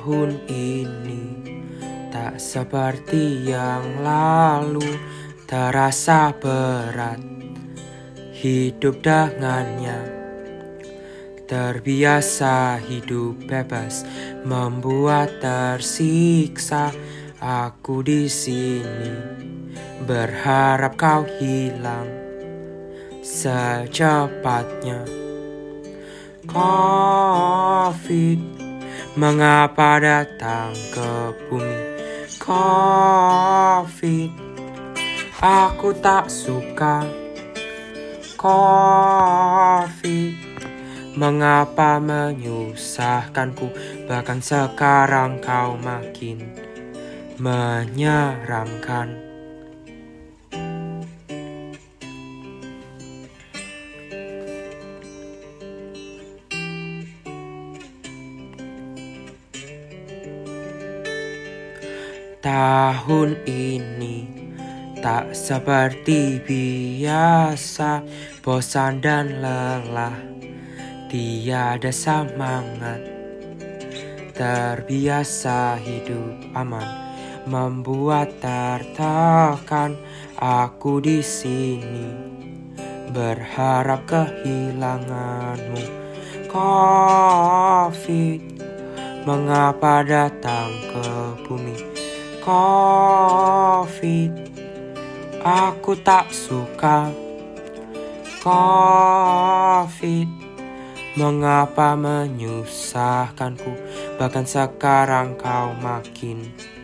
Tahun ini tak seperti yang lalu, terasa berat hidup dengannya. Terbiasa hidup bebas, membuat tersiksa. Aku di sini berharap kau hilang secepatnya. Covid, mengapa datang ke bumi? Covid, aku tak suka. Covid, mengapa menyusahkanku? Bahkan sekarang kau makin menyeramkan. Tahun ini tak seperti biasa, bosan dan lelah, tiada semangat. Terbiasa hidup aman, membuat tertekan. Aku di sini berharap kehilanganmu. Covid, mengapa datang ke bumi? Covid, aku tak suka. Covid, mengapa menyusahkanku? Bahkan sekarang kau makin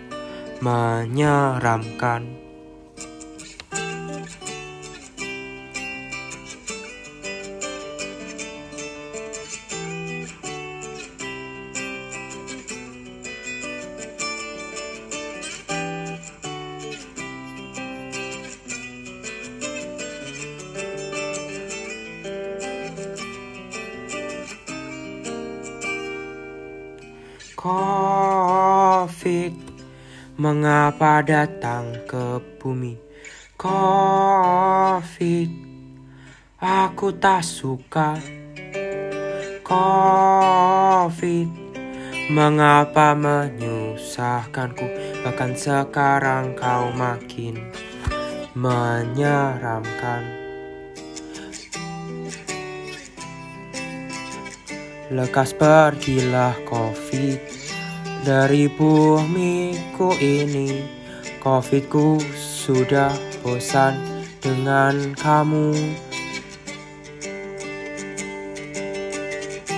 menyeramkan. Covid, mengapa datang ke bumi? Covid, aku tak suka. Covid, mengapa menyusahkanku? Bahkan sekarang kau makin menyeramkan. Lekas pergilah Covid dari bumiku ini. Covidku sudah bosan dengan kamu.